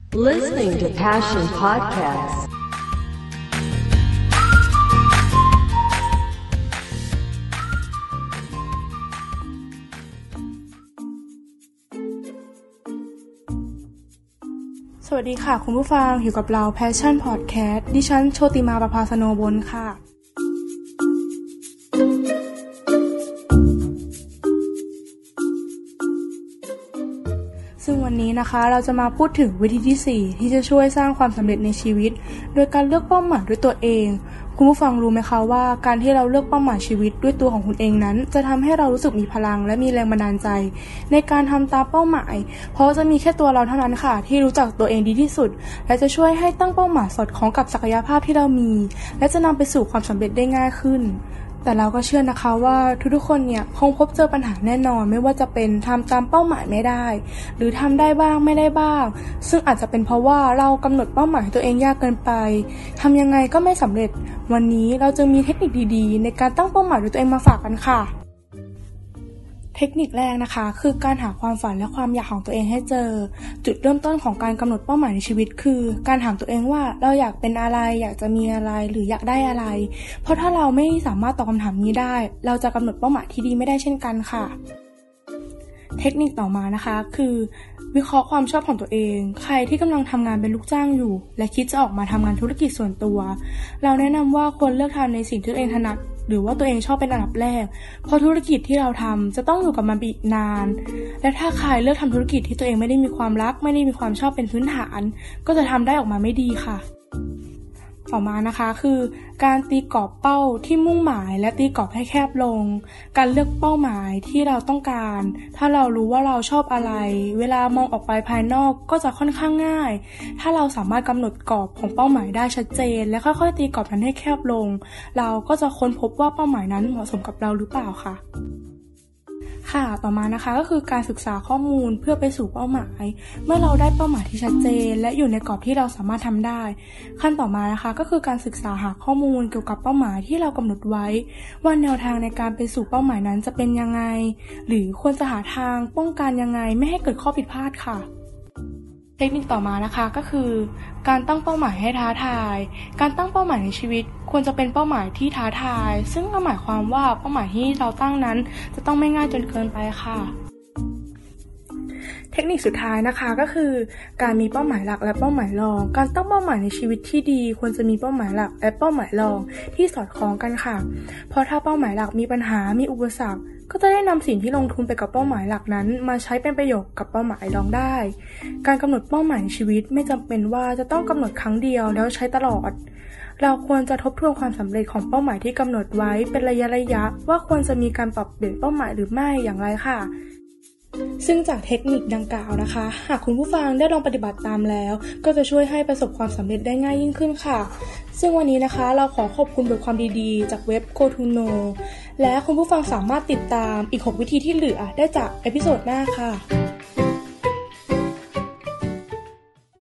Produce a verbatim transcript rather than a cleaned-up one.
Listening to Passion Podcast สวัสดีค่ะคุณผู้ฟังอยู่กับเรา Passion Podcast ดิฉันโชติมาประภาสโนบลค่ะซึ่งวันนี้นะคะเราจะมาพูดถึงวิธีที่สี่ที่จะช่วยสร้างความสำเร็จในชีวิตโดยการเลือกเป้าหมายด้วยตัวเองคุณผู้ฟังรู้ไหมคะว่าการที่เราเลือกเป้าหมายชีวิตด้วยตัวของคุณเองนั้นจะทำให้เรารู้สึกมีพลังและมีแรงบันดาลใจในการทำตามเป้าหมายเพราะจะมีแค่ตัวเราเท่านั้นค่ะที่รู้จักตัวเองดีที่สุดและจะช่วยให้ตั้งเป้าหมายสอดคล้องกับศักยภาพที่เรามีและจะนำไปสู่ความสำเร็จได้ง่ายขึ้นแต่เราก็เชื่อนะคะว่าทุกๆคนเนี่ยคงพบเจอปัญหาแน่นอนไม่ว่าจะเป็นทำตามเป้าหมายไม่ได้หรือทำได้บ้างไม่ได้บ้างซึ่งอาจจะเป็นเพราะว่าเรากำหนดเป้าหมายตัวเองยากเกินไปทำยังไงก็ไม่สำเร็จวันนี้เราจะมีเทคนิคดีๆในการตั้งเป้าหมายด้วยตัวเองมาฝากกันค่ะเทคนิคแรกนะคะคือการหาความฝันและความอยากของตัวเองให้เจอจุดเริ่มต้นของการกำหนดเป้าหมายในชีวิตคือการถามตัวเองว่าเราอยากเป็นอะไรอยากจะมีอะไรหรืออยากได้อะไรเพราะถ้าเราไม่สามารถตอบคำถามนี้ได้เราจะกำหนดเป้าหมายที่ดีไม่ได้เช่นกันค่ะเทคนิคต่อมานะคะคือวิเคราะห์ความชอบของตัวเองใครที่กำลังทำงานเป็นลูกจ้างอยู่และคิดจะออกมาทำงานธุรกิจส่วนตัวเราแนะนำว่าควรเลือกทำในสิ่งที่ตัวเองถนัดหรือว่าตัวเองชอบเป็นอันดับแรกเพราะธุรกิจที่เราทำจะต้องอยู่กับมันอีกนานและถ้าใครเลือกทำธุรกิจที่ตัวเองไม่ได้มีความรักไม่ได้มีความชอบเป็นพื้นฐานก็จะทำได้ออกมาไม่ดีค่ะต่อมานะคะคือการตีกรอบเป้าที่มุ่งหมายและตีกรอบให้แคบลงการเลือกเป้าหมายที่เราต้องการถ้าเรารู้ว่าเราชอบอะไรเวลามองออกไปภายนอกก็จะค่อนข้างง่ายถ้าเราสามารถกำหนดกรอบของเป้าหมายได้ชัดเจนและค่อยๆตีกรอบนั้นให้แคบลงเราก็จะค้นพบว่าเป้าหมายนั้นเหมาะสมกับเราหรือเปล่าค่ะค่ะต่อมานะคะก็คือการศึกษาข้อมูลเพื่อไปสู่เป้าหมายเมื่อเราได้เป้าหมายที่ชัดเจนและอยู่ในกรอบที่เราสามารถทำได้ขั้นต่อมานะคะก็คือการศึกษาหาข้อมูลเกี่ยวกับเป้าหมายที่เรากำหนดไว้ว่าแนวทางในการไปสู่เป้าหมายนั้นจะเป็นยังไงหรือควรจะหาทางป้องกันยังไงไม่ให้เกิดข้อผิดพลาดค่ะเทคนิคต่อมานะคะก็คือการตั้งเป้าหมายให้ท้าทายการตั้งเป้าหมายในชีวิตควรจะเป็นเป้าหมายที่ท้าทายซึ่งก็หมายความว่าเป้าหมายที่เราตั้งนั้นจะต้องไม่ง่ายจนเกินไปค่ะเทคนิคสุดท้ายนะคะก็คือการมีเป้าหมายหลักและเป้าหมายรองการตั้งเป้าหมายในชีวิตที่ดีควรจะมีเป้าหมายหลักและเป้าหมายรองที่สอดคล้องกันค่ะเพราะถ้าเป้าหมายหลักมีปัญหามีอุปสรรคก็จะได้นำสิ่งที่ลงทุนไปกับเป้าหมายหลักนั้นมาใช้เป็นประโยชน์กับเป้าหมายรองได้การกำหนดเป้าหมายในชีวิตไม่จำเป็นว่าจะต้องกำหนดครั้งเดียวแล้วใช้ตลอดเราควรจะทบทวนความสำเร็จของเป้าหมายที่กำหนดไว้เป็นระยะระยะว่าควรจะมีการปรับเปลี่ยนเป้าหมายหรือไม่อย่างไรค่ะซึ่งจากเทคนิคดังกล่าวนะคะหากคุณผู้ฟังได้ลองปฏิบัติตามแล้วก็จะช่วยให้ประสบความสำเร็จได้ง่ายยิ่งขึ้นค่ะซึ่งวันนี้นะคะเราขอขอบคุณบทความดีๆจากเว็บ Go to Know และคุณผู้ฟังสามารถติดตามอีกหกวิธีที่เหลือได้จากเอพิโซดหน้าค่ะ